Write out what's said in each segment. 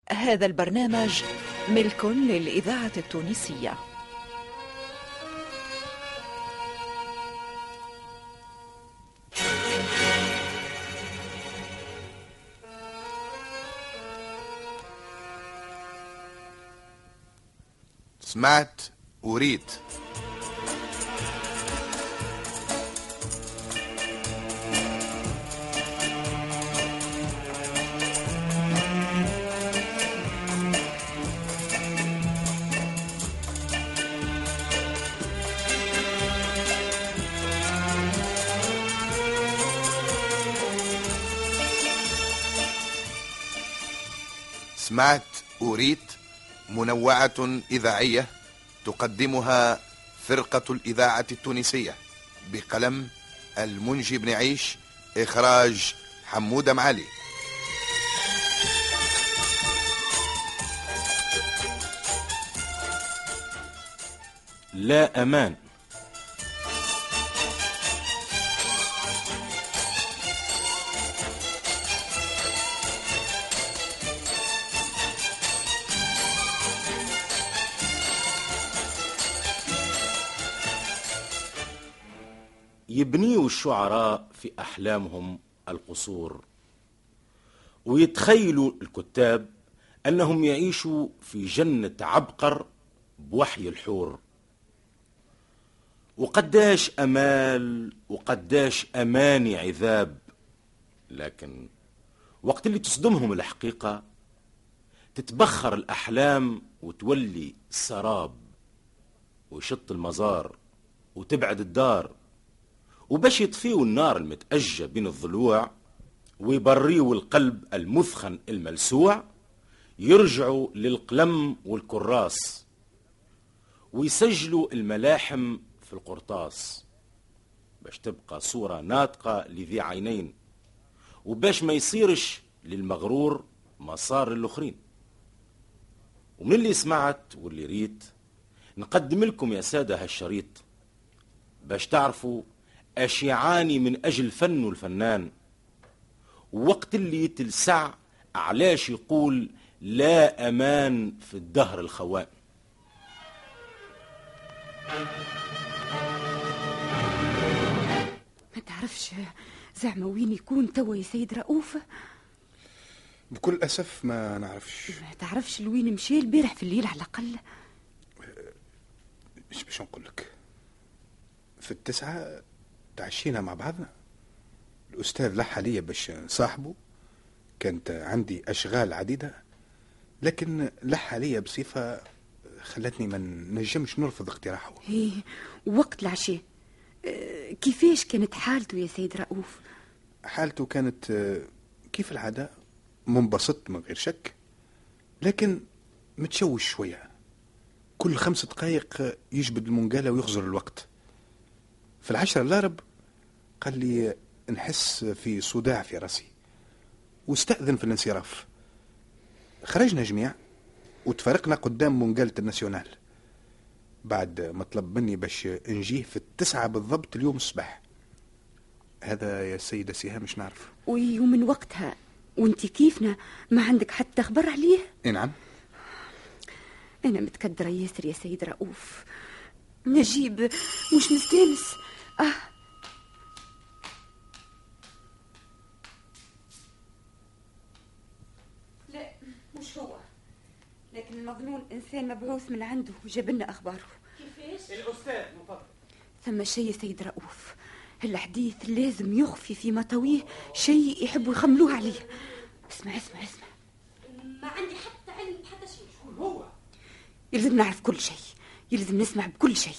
هذا البرنامج ملك للإذاعة التونسية. سمعت وريت. سمعت وريت منوعة إذاعية تقدمها فرقة الإذاعة التونسية بقلم المنجي بن عيش، إخراج حمودة معالي. لا أمان. يبنيوا الشعراء في أحلامهم القصور، ويتخيلوا الكتاب أنهم يعيشوا في جنة عبقر بوحي الحور. وقداش أمال وقداش أماني عذاب، لكن وقت اللي تصدمهم الحقيقة تتبخر الأحلام وتولي سراب، ويشط المزار وتبعد الدار. وباش يطفيوا النار المتأجة بين الضلوع ويبريوا القلب المثخن الملسوع، يرجعوا للقلم والكراس ويسجلوا الملاحم في القرطاس باش تبقى صورة ناطقة لذي عينين، وباش ما يصيرش للمغرور مسار للآخرين. ومن اللي سمعت واللي ريت نقدم لكم يا سادة هالشريط باش تعرفوا اش يعاني من اجل فن الفنان، ووقت اللي يتلسع علاش يقول لا امان في الدهر الخوان. ما تعرفش زعما وين يكون توا يا سيد رؤوف؟ بكل أسف ما نعرفش. ما تعرفش لوين مشي البارح في الليل على الأقل؟ ايش باش نقول لك، في 9 تعشينا مع بعضنا. الأستاذ لح عليا باش نصاحبه، كانت عندي أشغال عديدة، لكن لح عليا بصفة خلتني ما نجمش نرفض اقتراحه. ايه وقت العشاء كيفاش كانت حالته يا سيد رؤوف؟ حالته كانت كيف العادة، منبسط من غير شك، لكن متشوش شوية. كل 5 دقائق يجبد المنقالة ويخزر الوقت. في 10 الغرب قال لي نحس في صداع في راسي، واستأذن في الانصراف. خرجنا جميع وتفرقنا قدام منقالة الناسيونال، بعد ما طلب مني باش نجيه في 9 بالضبط اليوم الصباح. هذا يا سيدة سهام مش نعرف. ومن وقتها وانت كيفنا ما عندك حتى خبر عليه؟ نعم. أنا متكدرة ياسر يا سيد رؤوف. نجيب مش مستانس. لا مش هو، لكن المظنون إنسان مبعوث من عنده وجاب لنا أخباره. كيفاش؟ الأستاذ من فضلك. ثم شيء يا سيد رؤوف، الحديث لازم يخفي في مطويه شيء يحبوا يخملوه عليه. اسمع اسمع اسمع. ما عندي حتى علم بحتى شيء. شكون هو؟ يلزم نعرف كل شيء، يلزم نسمع بكل شيء.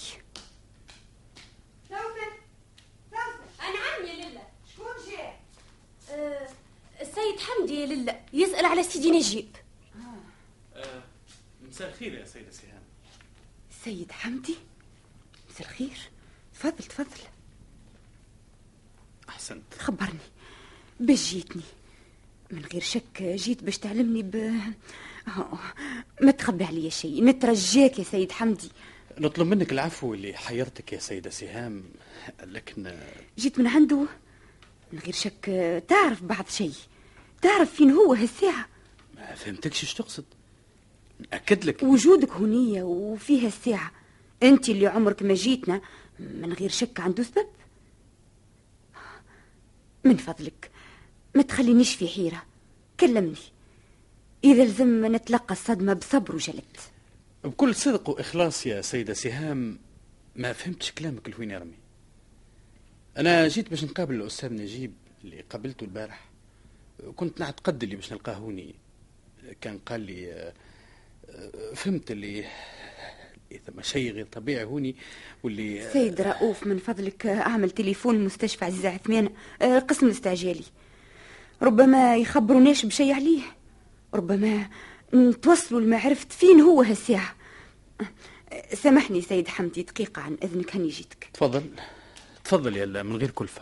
أنا عمي يا لله. شكون جاء؟ السيد حمدي يا لله يسأل على سيدي نجيب. مساء الخير يا سيدة سهام. السيد حمدي؟ مساء الخير، تفضل تفضل. أحسنت. خبرني باش جيتني. من غير شك جيت باش تعلمني ما تخبي عليا شيء، نترجاك يا سيد حمدي. نطلب منك العفو اللي حيرتك يا سيدة سهام، لكن جيت من عنده من غير شك. تعرف بعض شيء، تعرف فين هو هالساعة؟ ما فهمتكش ايش تقصد. أكد لك وجودك هنية وفيها الساعة، انت اللي عمرك ما جيتنا من غير شك عنده سبب. من فضلك ما تخلينيش في حيرة، كلمني. إذا لزم نتلقى الصدمة بصبر وجلد. بكل صدق وإخلاص يا سيدة سهام، ما فهمتش كلامك لوين يرمي. أنا جيت باش نقابل الأستاذ نجيب اللي قابلته البارح، كنت نعتقد اللي باش نلقاه هوني. كان قال لي فهمت اللي ثم شيء غير طبيعي هوني، واللي سيد رؤوف من فضلك أعمل تليفون مستشفى عزيزة عثمان، قسم الاستعجالي. ربما يخبروناش بشيء عليه، ربما نتوصلوا لمعرفة فين هو هالساعة. سامحني سيد حمدي دقيقة عن إذنك، هني جيتك. تفضل تفضل يلا من غير كلفة.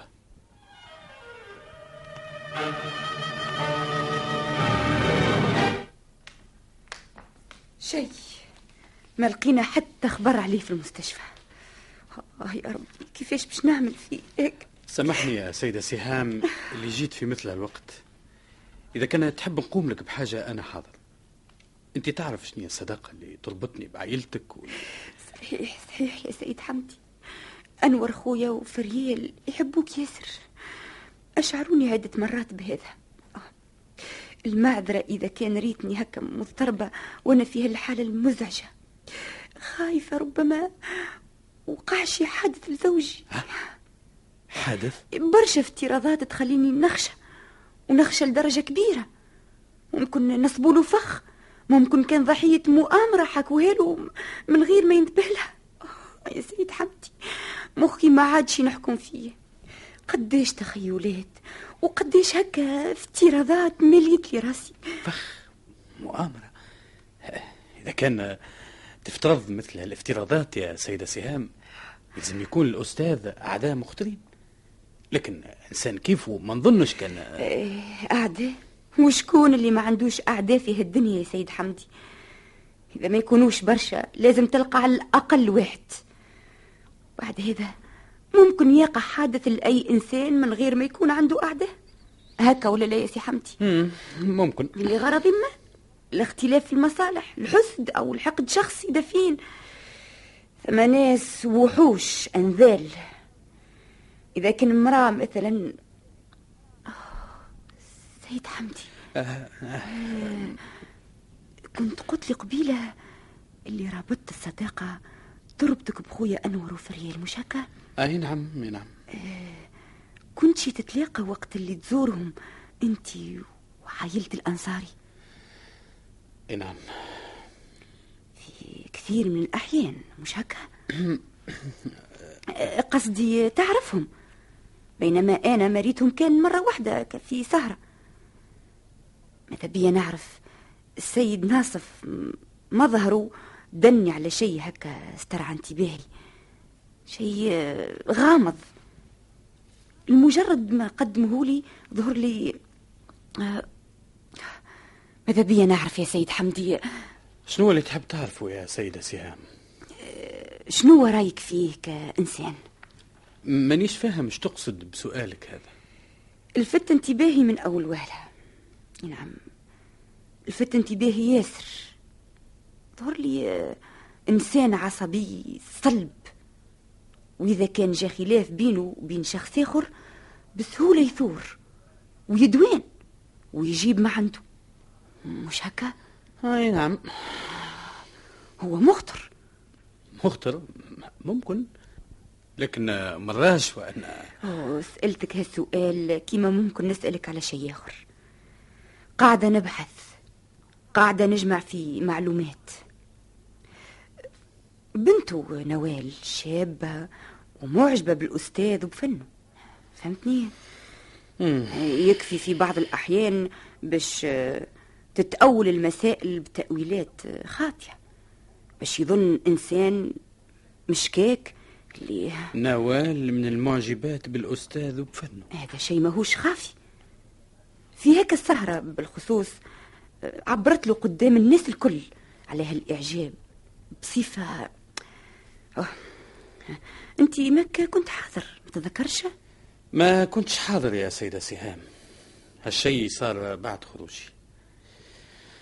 شيء ما لقينا حتى خبر عليه في المستشفى. يا ربي كيفاش باش نعمل فيه هيك؟ سامحني يا سيدة سهام اللي جيت في مثل الوقت. إذا كانت تحب نقوم لك بحاجة أنا حاضر. أنت تعرف شنو الصداقة اللي تربطني بعائلتك صحيح يا سيد حمدي. أنور خويا وفريال يحبوك ياسر، أشعروني عدة مرات بهذا. المعذرة إذا كان ريتني هكا مضطربة وأنا في هالحالة المزعجة، خايفة ربما وقع شي حادث لزوجي. حادث؟ برشا افتراضات تخليني ونخشى لدرجة كبيرة. ممكن نصبوله فخ، ممكن كان ضحية مؤامرة حكوها له من غير ما ينتبه لها. يا سيد حمدي مخي ما عادش نحكم فيه. قديش تخيلات وقديش هكا افتراضات مليت لي راسي. فخ مؤامرة؟ إذا كان تفترض مثل الافتراضات يا سيدة سهام لازم يكون الأستاذ أعداء مختلين، لكن إنسان كيفه ما نظنش كان أعداء. وشكون اللي ما عندوش أعداء في هالدنيا يا سيد حمدي؟ إذا ما يكونوش برشا لازم تلقى على الأقل واحد. بعد هذا ممكن يقع حادث لأي إنسان من غير ما يكون عنده أعداء، هكا ولا لا يا سي حمدي؟ ممكن لغرض ما، الاختلاف في المصالح، الحسد أو الحقد شخصي دفين. ثم ناس وحوش أنذال. إذا كان امرأة مثلا سيد حمدي كنت قلت لي قبيلة اللي رابطت الصداقة تربطك بخويا أنور وفريال، مش هكا؟ أي نعم نعم. كنتي تتلاقى وقت اللي تزورهم انت وعائلة الأنصاري؟ أي نعم، في كثير من الأحيان، مش هكا؟ قصدي تعرفهم، بينما أنا مريتهم كان مرة واحدة في سهرة. ماذا بيا نعرف السيد ناصف مظهره دني على شيء هكا استرعى انتباهي، شيء غامض. المجرد ما قدمه لي ظهر لي ماذا بيا نعرف يا سيد حمدي. شنو اللي تحب تعرفه يا سيدة سهام؟ شنو رايك فيه كإنسان؟ مانيش فاهم ايش تقصد بسؤالك هذا. الفت انتباهي من أول وهلة. نعم الفت انتباهي ياسر. ظهر لي إنسان عصبي صلب، وإذا كان جا خلاف بينه وبين شخص آخر بسهولة يثور ويدوان ويجيب ما عنده، مش هكا؟ أي نعم. هو مخطر ممكن، لكن مراش وأنا سألتك هالسؤال كيما ممكن نسألك على شيء آخر. قاعدة نبحث، قاعدة نجمع في معلومات. بنته نوال شابة ومعجبة بالأستاذ وبفنه، فهمتني؟ يكفي في بعض الأحيان باش تتأول المسائل بتأويلات خاطئة، باش يظن إنسان مشكاك اللي نوال من المعجبات بالأستاذ وبفنه. هذا شيء ماهوش خافي. في هيك السهرة بالخصوص عبرت له قدام الناس الكل على هالإعجاب بصفة أنت ما كنت حاضر، متذكرش؟ ما كنتش حاضر يا سيدة سهام، هالشيء صار بعد خروجي.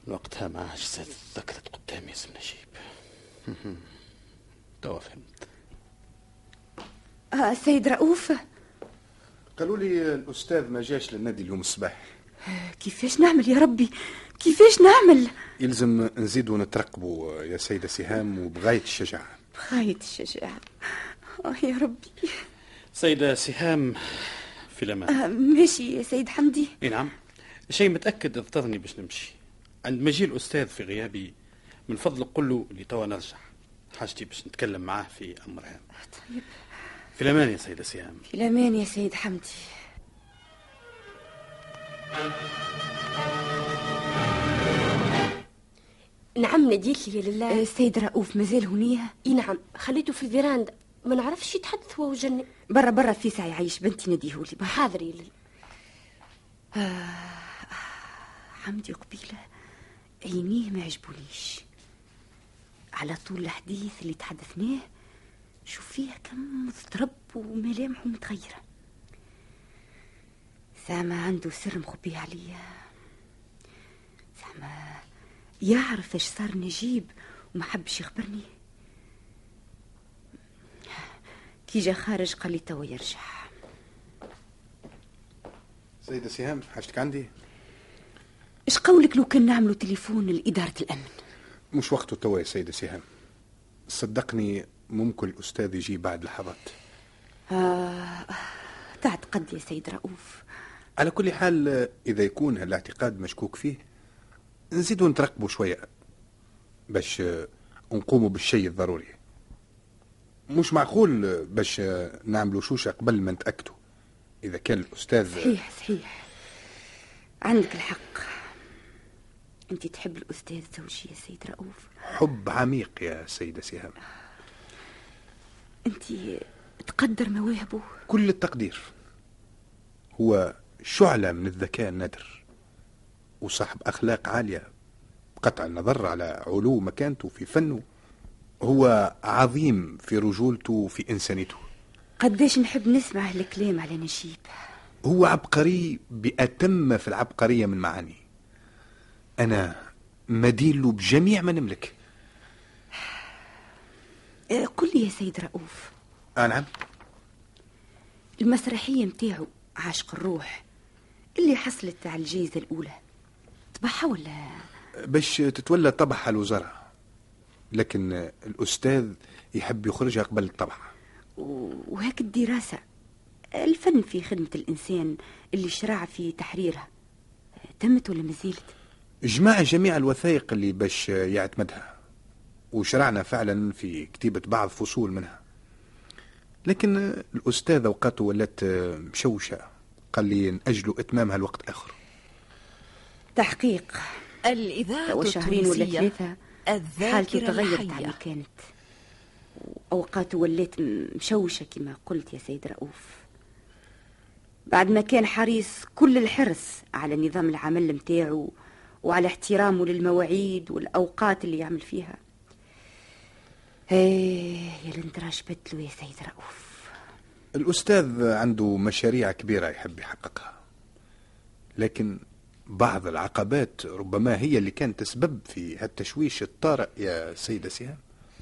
من وقتها ما عادش زادت ذكرت قدامي اسم نجيب. توا فهمت. سيد رؤوف، قالوا لي الأستاذ ما جاش للنادي اليوم الصباح. كيفاش نعمل يا ربي؟ كيفاش نعمل؟ يلزم نزيدوا نترقبوا يا سيدة سهام وبغاية الشجاعة. بغاية الشجاعة. يا ربي. سيدة سهام في الأمان. ماشي يا سيد حمدي. اي نعم، شيء متأكد اضطرني باش نمشي. عند مجي الأستاذ في غيابي من فضلك قل له اللي توا نرجع، حاجتي باش نتكلم معاه في أمر هام. طيب. في الأمان يا سيدة سهام. في الأمان يا سيد حمدي. نعم نديت لي لله. السيد رؤوف مازال هنيه؟ اي نعم، خليته في الفيراندا، ما نعرفش يتحدث هو وجني. برا في ساعة يعيش بنتي نديهولي. حاضر يا لله. حمدي قبيلة عينيه ما عجبونيش، على طول الحديث اللي تحدثناه شوف فيه كم مضطرب وملامحه متغيرة. زعما عنده سر مخبيه عليا، زعما يعرف ايش صار نجيب وما حبش يخبرني. كي جا خارج قال لي توا يرجع. سيدة سهام حاجتك عندي. ايش قولك لو كان نعملوا تليفون لإدارة الأمن؟ مش وقته توا يا سيدة سهام، صدقني ممكن الأستاذ يجي بعد لحظات. تعتقد يا سيد رؤوف. على كل حال إذا يكون هالاعتقاد مشكوك فيه نزيدوا نترقبوا شوية باش نقوموا بالشيء الضروري. مش معقول باش نعملوا شوشة قبل ما نتأكدوا إذا كان الأستاذ. صحيح عندك الحق. أنت تحب الأستاذ زوجي يا سيد رؤوف. حب عميق يا سيدة سهام. أنت تقدر مواهبه؟ كل التقدير. هو شعلة من الذكاء النادر وصاحب أخلاق عالية بقطع النظر على علو مكانته في فنه. هو عظيم في رجولته وفي إنسانيته. قديش نحب نسمع الكلام على نجيب. هو عبقري بأتم في العبقرية من معاني. أنا مدين له بجميع ما نملك. قل لي يا سيد رؤوف. نعم. المسرحية متاعه عاشق الروح اللي حصلت على الجائزة الأولى طبعها ولا؟ باش تتولى طبعها الوزارة، لكن الأستاذ يحب يخرجها قبل الطبع. وهيك الدراسة الفن في خدمة الإنسان اللي شرع في تحريرها تمت ولا مازالت؟ جمع جميع الوثائق اللي باش يعتمدها وشرعنا فعلا في كتيبة بعض فصول منها، لكن الأستاذ أوقاته ولات مشوشة، قال لي نأجلوا إتمامها الوقت آخر. تحقيق الإذاعة شهرين ولا التونسية 3 حالته تغيرت على كانت، وأوقاته ولات مشوشة كما قلت يا سيد رؤوف. بعد ما كان حريص كل الحرص على نظام العمل متاعه وعلى احترامه للمواعيد والأوقات اللي يعمل فيها، يا لندراش بدلو يا سيد رؤوف. الأستاذ عنده مشاريع كبيرة يحب يحققها، لكن بعض العقبات ربما هي اللي كانت تسبب في هالتشويش الطارئ يا سيدة سهام.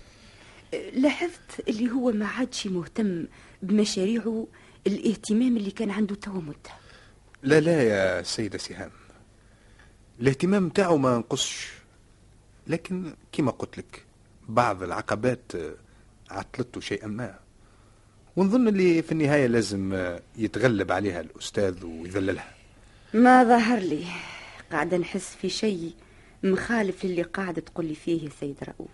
لاحظت اللي هو ما عادش مهتم بمشاريعه الاهتمام اللي كان عنده توا مدة. لا يا سيدة سهام، الاهتمام تاعه ما نقصش، لكن كما قلت لك بعض العقبات عطلته شيئا ما، ونظن اللي في النهاية لازم يتغلب عليها الأستاذ ويذللها. ما ظهر لي قاعدة نحس في شيء مخالف للي قاعدة تقول لي فيه يا سيد رؤوف.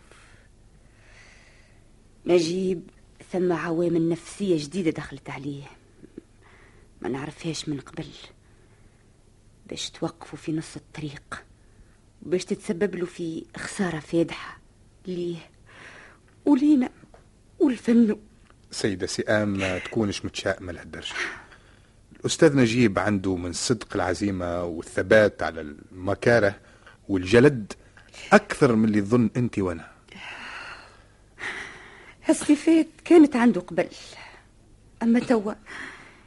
نجيب ثم عوامل نفسية جديدة دخلت عليه ما نعرفهاش من قبل، باش توقفوا في نص الطريق، باش تتسبب له في خسارة فادحة ليه ولينا والفن. سيدة سهام ما تكونش متشائمة لهالدرجة. الأستاذ نجيب عنده من صدق العزيمة والثبات على المكاره والجلد أكثر من اللي تظن أنت وأنا. هالصفات كانت عنده قبل، أما توا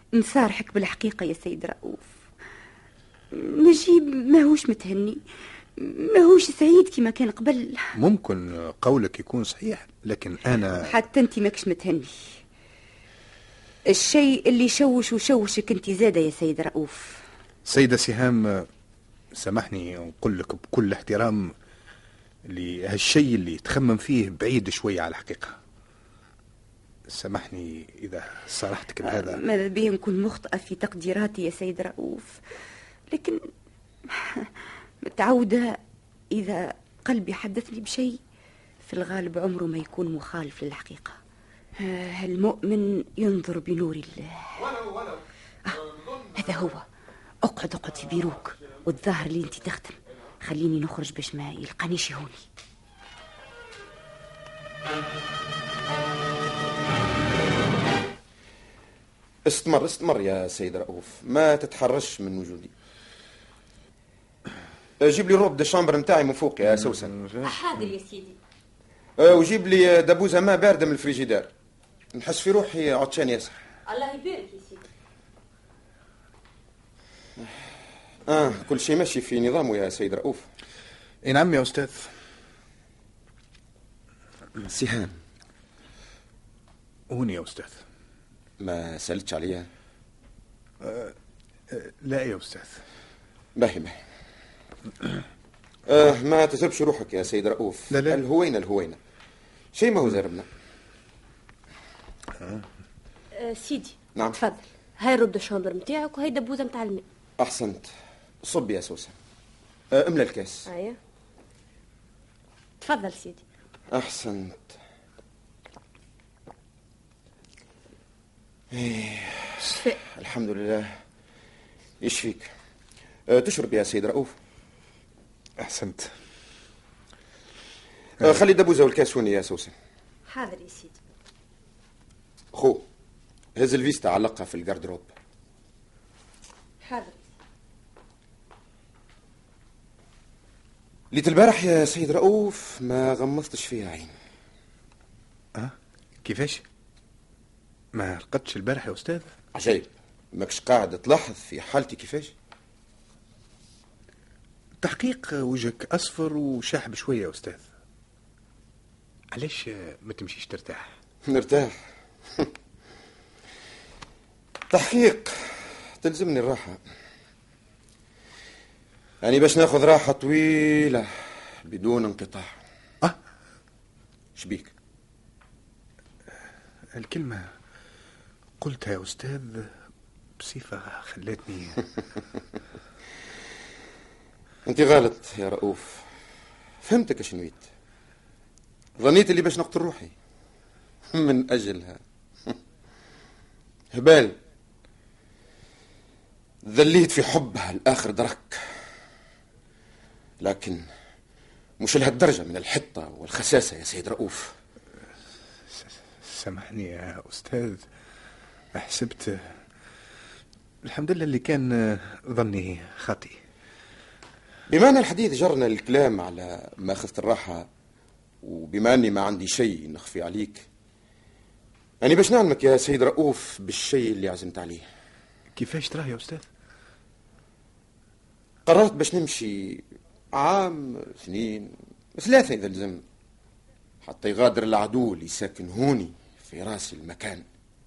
نصارحك بالحقيقة يا سيد رؤوف، نجيب ماهوش متهني، ماهوش سعيد كما كان قبل. ممكن قولك يكون صحيح، لكن أنا حتى أنت ماكش متهني. الشيء اللي شوش وشوشك أنت زادة يا سيد رؤوف. سيدة سهام، سامحني نقول لك بكل احترام اللي هالشيء اللي تخمم فيه بعيد شوية على الحقيقة. سامحني إذا صرحتك بهذا. ماذا بي نكون مخطئة في تقديراتي يا سيد رؤوف، لكن متعودة إذا قلبي حدثني بشيء في الغالب عمره ما يكون مخالف للحقيقة. المؤمن ينظر بنور الله. هذا هو. اقعد في بيروك، والظاهر اللي انت تخدم. خليني نخرج باش ما يلقانيش هوني. استمر يا سيد رؤوف، ما تتحرش من وجودي. جيب لي روب دي شامبر نتاعي من فوق يا سوسن. حاضر يا سيدي. وجيب لي دبوزه ماء بارده من الفريجيدار، نحس في روحي عطشان ياسر. الله يبارك يا سيدي. كل شيء ماشي في نظامه يا سيد رؤوف. اي نعم يا أستاذ. سهام هوني يا أستاذ. ما سألتش عليها؟ لا يا أستاذ. باهي ما تسبش روحك يا سيد رؤوف. لا. الهوينة شيء ما هو زاربنا. سيدي. نعم. تفضل، هاي رد الشامبر متاعك وهي دبوزة متاع الماء. أحسنت. صب يا سوسن. املى الكاس. أيه. تفضل سيدي. أحسنت. شفاء. الحمد لله يشفيك. تشرب يا سيد رؤوف. أحسنت. خلي الدبوزة والكاس هوني يا سوسن. حاضر يا سيدي. خو هز الفيستا علقها في الجاردروب. حاضر. ليت البارح يا سيد رؤوف ما غمضتش فيها عين. كيفاش؟ ما رقدتش البارح يا أستاذ؟ عجيب، ماكش قاعد تلاحظ في حالتي كيفاش؟ تحقيق وجهك أصفر وشاحب شوية يا أستاذ. علاش ما تمشيش ترتاح؟ نرتاح؟ تحقيق تلزمني الراحة، يعني باش ناخذ راحة طويلة بدون انقطاع. شبيك؟ الكلمة قلتها يا أستاذ بصفة خلتني أنت غلط يا رؤوف، فهمتك اش نويت. ظنيت اللي باش نقتل روحي من أجلها. هبال ذليت في حبها الآخر درك، لكن مش لهالدرجة من الحطة والخساسة يا سيد رؤوف. سامحني يا أستاذ، حسبت الحمد لله اللي كان ظني خاطئ. بما أن الحديث جرنا الكلام على ماخذة الراحة، وبما أني ما عندي شيء نخفي عليك، يعني باش نعلمك يا سيد رؤوف بالشيء اللي عزمت عليه. كيفاش تراه يا أستاذ؟ قررت باش نمشي عام 2 3 إذا لزم، حتى يغادر العدو اللي ساكن هوني في راس المكان.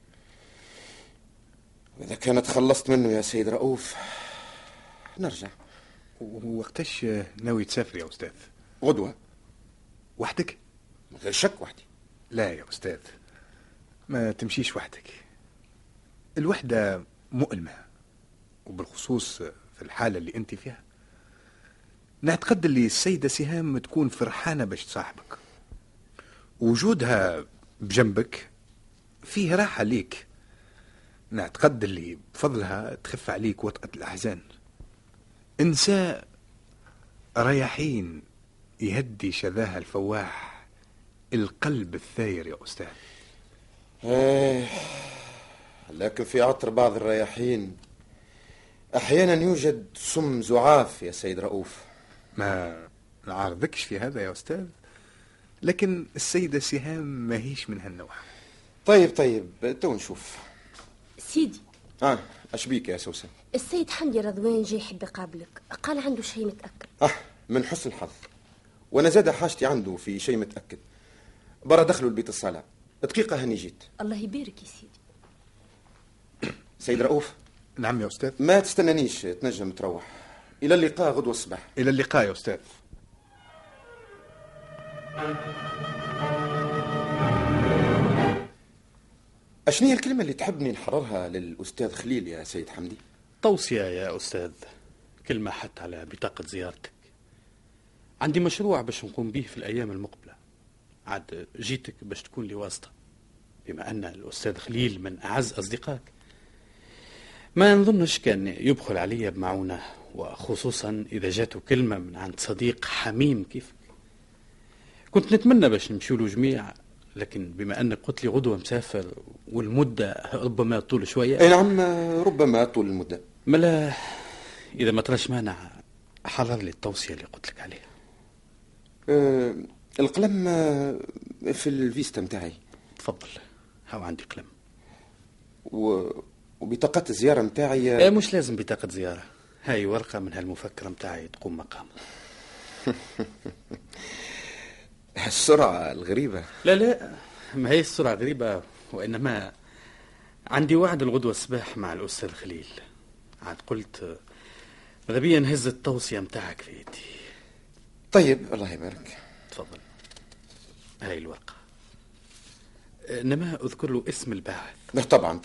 وإذا كانت خلصت منه يا سيد رؤوف نرجع. وقتاش ناوي تسافر يا أستاذ؟ غدوة. وحدك؟ من غير شك وحدي. لا يا أستاذ، ما تمشيش وحدك. الوحدة مؤلمة، وبالخصوص في الحالة اللي أنت فيها. نعتقد اللي السيدة سهام تكون فرحانة باش تصاحبك، وجودها بجنبك فيه راحة ليك. نعتقد اللي بفضلها تخف عليك وطأة الأحزان. إنساء رياحين يهدي شذاها الفواح القلب الثاير يا أستاذ. لكن في عطر بعض الرياحين أحيانا يوجد سم زعاف يا سيد رؤوف. ما نعارضكش في هذا يا أستاذ، لكن السيدة سهام ما هيش من هالنوع. طيب تو نشوف. سيدي. أش بيك يا سوسن؟ السيد حمدي رضوان جاي يحب يقابلك، قال عنده شيء متأكد. من حسن الحظ، وانا زاد حاجتي عنده في شيء متاكد. برا دخلوا البيت الصالع، دقيقه هني جيت. الله يبارك يا سيدي. سيد رؤوف. نعم يا أستاذ. ما تستنانيش، تنجم تروح. الى اللقاء غدوه الصباح. إلى اللقاء يا أستاذ. اشني الكلمه اللي تحبني نحررها للاستاذ خليل يا سيد حمدي؟ توصية يا أستاذ، كلمة حتى على بطاقة زيارتك. عندي مشروع باش نقوم به في الأيام المقبلة، عاد جيتك باش تكون لي واسطة، بما أن الأستاذ خليل من أعز أصدقائك. ما نظنش كان يبخل علي بمعونة، وخصوصا إذا جاته كلمة من عند صديق حميم كيفك. كنت نتمنى باش نمشيو له جميع، لكن بما أنك قلت لي غدوة مسافر والمدة ربما طول شوية. اي نعم، ربما طول المده. ملا إذا ما تراش مانع حرر لي التوصية اللي قلت لك عليها. القلم في الفيستا متاعي. تفضل، هاو عندي قلم. وبطاقة الزيارة متاعي. مش لازم بطاقة زيارة، هاي ورقة من هالمفكرة متاعي تقوم مقامها. السرعة الغريبة. لا ما هي السرعة غريبة، وإنما عندي وعد الغدوة الصباح مع الأستاذ خليل. عاد قلت ماذا بيا نهز التوصية متاعك في يدي. طيب الله يبارك. تفضل، هاي الورقة. إنما أذكر له اسم الباعث. طبعا.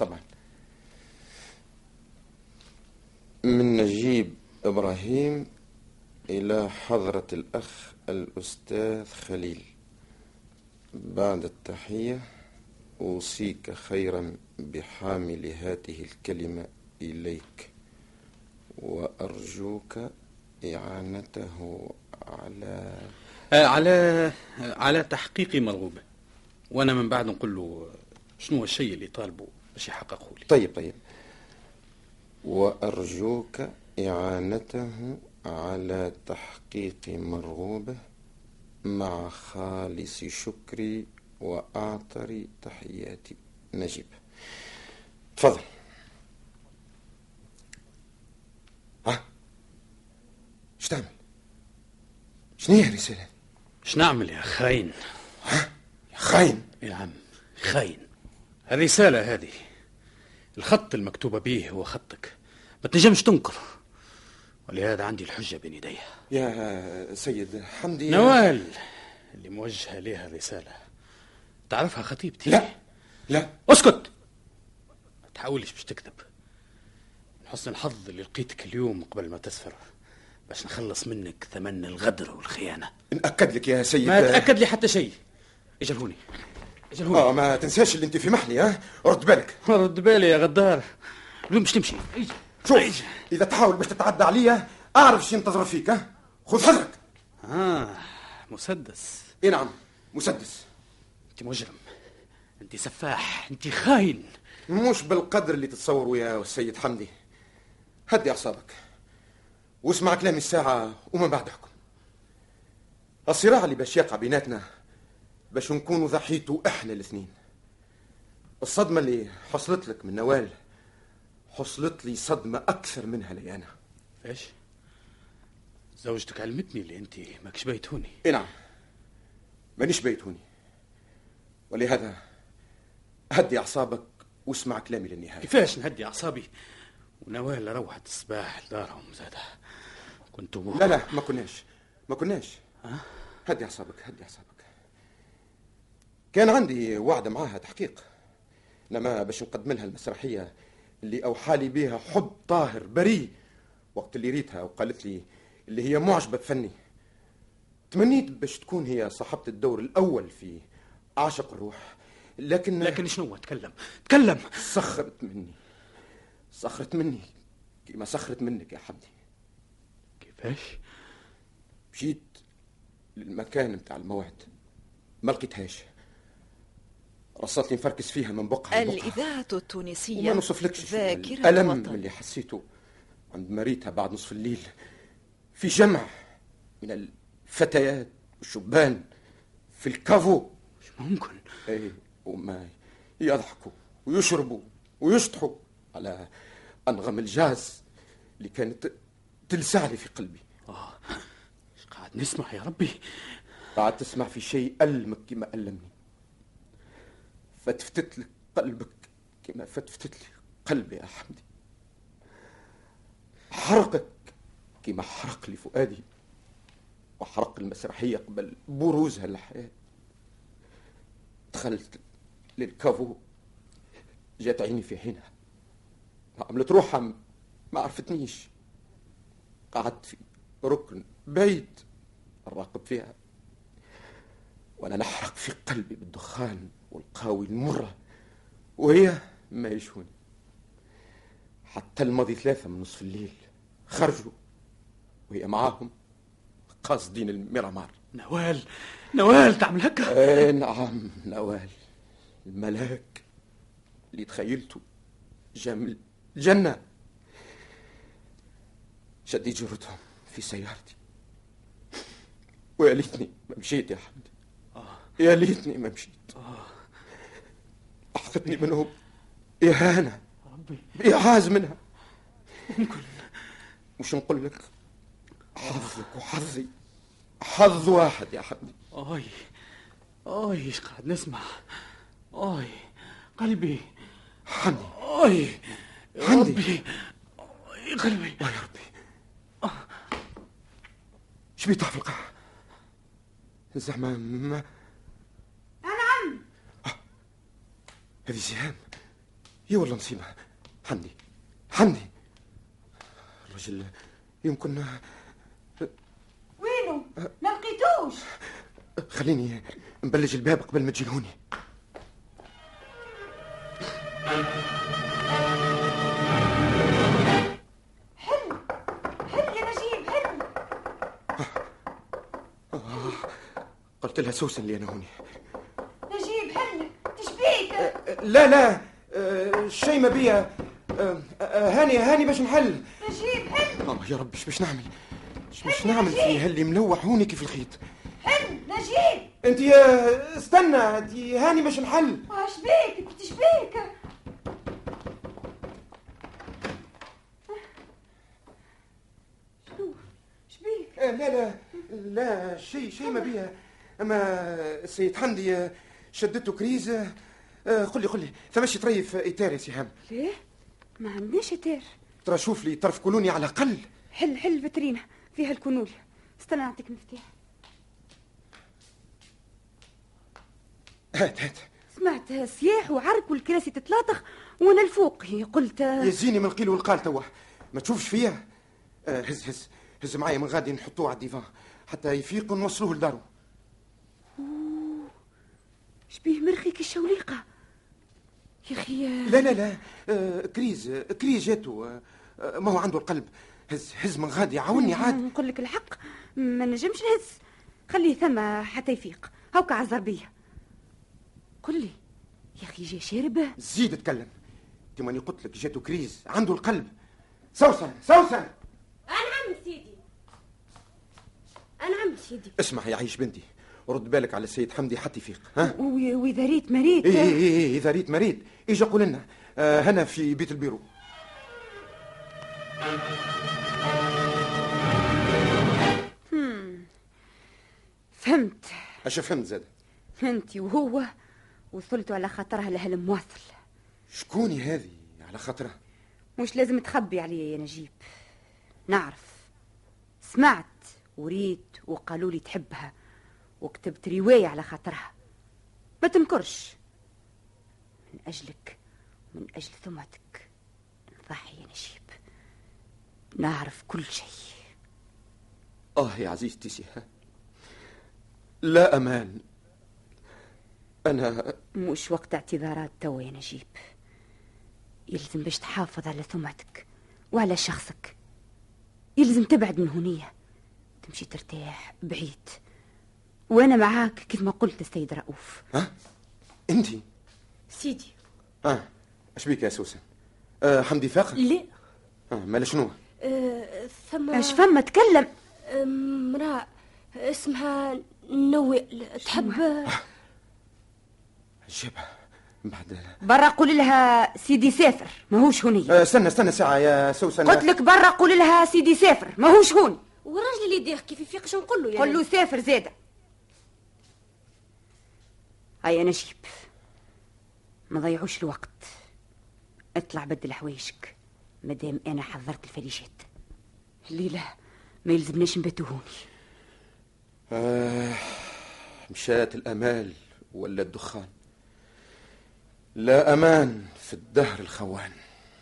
من نجيب إبراهيم إلى حضرة الأخ الأستاذ خليل. بعد التحية أوصيك خيرا بحامل هذه الكلمة إليك، وأرجوك إعانته على تحقيق مرغوبة، وأنا من بعد نقول له شنو هو الشيء اللي طالبه باش يحققه لي. طيب. وأرجوك إعانته على تحقيق مرغوبة مع خالص شكري وأعطر تحياتي، نجيب. تفضل. ايش تعمل؟ شنو هي الرسالة؟ ايش نعمل يا خاين؟ يا خاين؟ يا عم خاين. الرسالة هذه الخط المكتوب به هو خطك، ما تنجمش تنكر، ولهذا عندي الحجة بين يدي. يا سيد حمدي. نوال اللي موجهة لها الرسالة تعرفها خطيبتي. لا اسكت، ما تحاولش باش تكذب. من حسن الحظ اللي لقيتك اليوم قبل ما تسفر باش نخلص منك ثمن الغدر والخيانة. نأكد لك يا سيد. ما تأكد لي حتى شيء. اجل هوني. ما تنساش اللي انت في محلي. رد بالك. رد بالي يا غدار. اليوم باش تمشي. شوف، اذا تحاول باش تتعدى عليا اعرف شي ينتظر فيك. خذ حذرك. مسدس. اي نعم، مسدس. انت مجرم، انت سفاح، انت خاين. مش بالقدر اللي تتصوروا يا السيد حمدي. هدي اعصابك واسمع كلامي الساعة ومن بعد احكم. الصراع اللي باش يقع بيناتنا باش نكونوا ضحيته احنا الاثنين. الصدمة اللي حصلت لك من نوال حصلت لي صدمة اكثر منها لي انا. ايش؟ زوجتك علمتني اللي انت ماكش بيتوني. اي نعم، مانيش بيتوني، ولهذا هدي اعصابك واسمع كلامي للنهاية. كيفاش نهدي اعصابي ونوال روحت الصباح لدارهم زادها؟ كنتوا لا ما كناش. هدي اعصابك. كان عندي وعدة معاها تحقيق، انما باش نقدم لها المسرحية اللي اوحالي بها حب طاهر بريء. وقت اللي ريتها وقالت لي اللي هي معجبة بفني، تمنيت باش تكون هي صاحبة الدور الاول في عاشق الروح. لكن شنو؟ تكلم. سخرت مني كما سخرت منك يا حمدي. كيفاش؟ مشيت للمكان متاع الموعد، ما لقيتهاش. رصتني نفركس فيها من بقعة الإذاعة التونسية وما نوصفلكش ذاكرة الألم الوطن اللي حسيته عندما ريتها بعد نصف الليل في جمع من الفتيات والشبان في الكافو. مش ممكن. ايه، وما يضحكوا ويشربوا ويشطحوا على أنغم الجاز اللي كانت تلسع لي في قلبي. ايش قاعد نسمع يا ربي. قاعد تسمع في شيء ألمك كما ألمني، فتفتت لك قلبك كما فتفتت لي قلبي يا حمدي، حرقك كما حرق لي فؤادي وحرق المسرحية قبل بروزها للحياة. دخلت للكافو، جات عيني في حينها، عملت روحها ما عرفتنيش، قعدت في ركن بعيد الراقب فيها وانا نحرق في قلبي بالدخان والقاوي المرة، وهي ما يشوني. حتى الماضي 3 من نصف الليل خرجوا وهي معاهم قاصدين الميرامار. نوال تعمل هكا؟ نعم نوال، الملاك اللي تخيلته جمل الجنة. شديت جرتهم في سيارتي، ويا ليتني ما مشيت يا حمدي، يا ليتني ما مشيت. أحقتني منهم إهانة بإعاز منها. مش نقول لك حظك وحظي حظ واحد يا حمدي. ايش قاعد نسمع؟ قلبي حمدي، يا حمدي، ربي، قلبي يا ربي. شبي طاح في القاع زعما ما نعم. هذه سهام. يا والله مصيبة. حمدي الرجل يمكن. وينه؟ ما لقيتوش. خليني نبلج الباب قبل ما تجيلوني. حل يا نجيب، حل. قلت لها سوسن اللي انا هوني. نجيب حل، تشبيك؟ لا شيء ما بيا. هاني باش نحل. نجيب حل. يا رب باش نعمل في هاللي ملوح هوني كيف الخيط. حل نجيب. انت استنى، انت هاني باش نحل. شبيك تشبيك؟ شنو شبيك؟ لا شيء ما بيا. اما السيد حمدي شدته كريز. قل لي ثمشي طريف ايتار يا سهام. ليه؟ ما عندناش اتار. ترى شوف لي طرف كولوني على الاقل. حل فيترينا فيها الكنول. استنى نعطيك المفتاح. هات. سمعت صياح وعرك والكراسي تتلاطخ وانا الفوق. قلت يزيني من القيل والقال توا. ما تشوفش فيها. هز معايا من غادي نحطوه على الديفان حتى يفيق ونوصلوه لدارو. شبيه مرخي كالشوليقة يا اخي. لا كريز جاتو. ما هو عنده القلب. هز من غادي عاوني عاد. نقول لك الحق ما نجمش نهز. خليه ثم حتى يفيق هوكا على الزربية. قل لي يا اخي جا شاربه. زيد اتكلم. تماني قلت لك جاتو كريز عنده القلب. سوسن أنا عم سيدي. اسمع يا عيش بنتي، ورد بالك على السيد حمدي حتى يفيق. ها واذا ريت مريت. ايه اذا ريت مريت اجا قول لنا. هنا في بيت البيرو. فهمت. اش فهمت زاد؟ انتي وهو وصلتوا على خاطرها لهالمواصل. شكوني هذه على خاطرها؟ مش لازم تخبي عليا يا نجيب. نعرف، سمعت وريت وقالوا لي تحبها وكتبت رواية على خاطرها. ما تنكرش. من أجلك ومن أجل ثمتك نضحي يا نجيب. نعرف كل شيء. يا عزيزتي سهام، لا أمان. أنا مش وقت اعتذارات توا يا نجيب. يلزم باش تحافظ على ثمتك وعلى شخصك. يلزم تبعد من هنية، تمشي ترتاح بعيد، وانا معاك كيف ما قلت السيد رؤوف. انتي سيدي. اش بيك يا سوسن؟ حمدي فاق؟ لا. مالا شنو؟ ثم اش فما تكلم. امرأة اسمها نوال تحب. جيبها بعد. برا قول لها سيدي سافر ماهوش هوني. استنى ساعة يا سوسن. قلت لك برا قول لها سيدي سافر ماهوش هون. والراجل اللي يديه كيف يفيقش نقول له يا قل له سافر زاده. هيا نجيب، ما ضيعوش الوقت، اطلع بدل حوايجك مادام انا حضرت الفريجات. الليله ما يلزمناش نباتوهوني. مشات الامال ولا الدخان، لا امان في الدهر الخوان.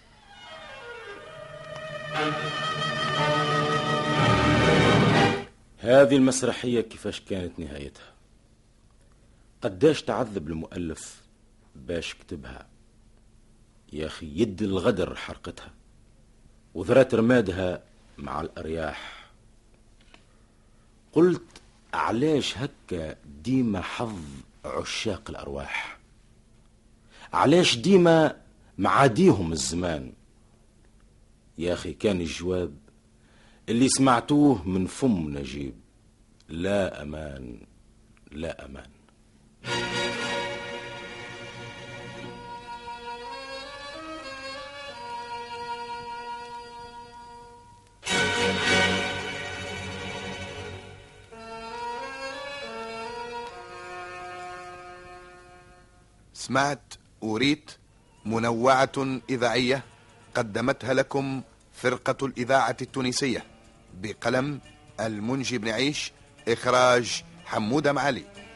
هذه المسرحية كيفاش كانت نهايتها؟ قداش تعذب المؤلف باش كتبها؟ يا أخي يد الغدر حرقتها وذرات رمادها مع الأرياح. قلت علاش هكا ديما حظ عشاق الأرواح؟ علاش ديما معاديهم الزمان؟ يا أخي كان الجواب اللي سمعتوه من فم نجيب: لا أمان، لا أمان. سمعت وريت منوعة إذاعية قدمتها لكم فرقة الإذاعة التونسية بقلم المنجي بن عيش، إخراج حمودة معالي.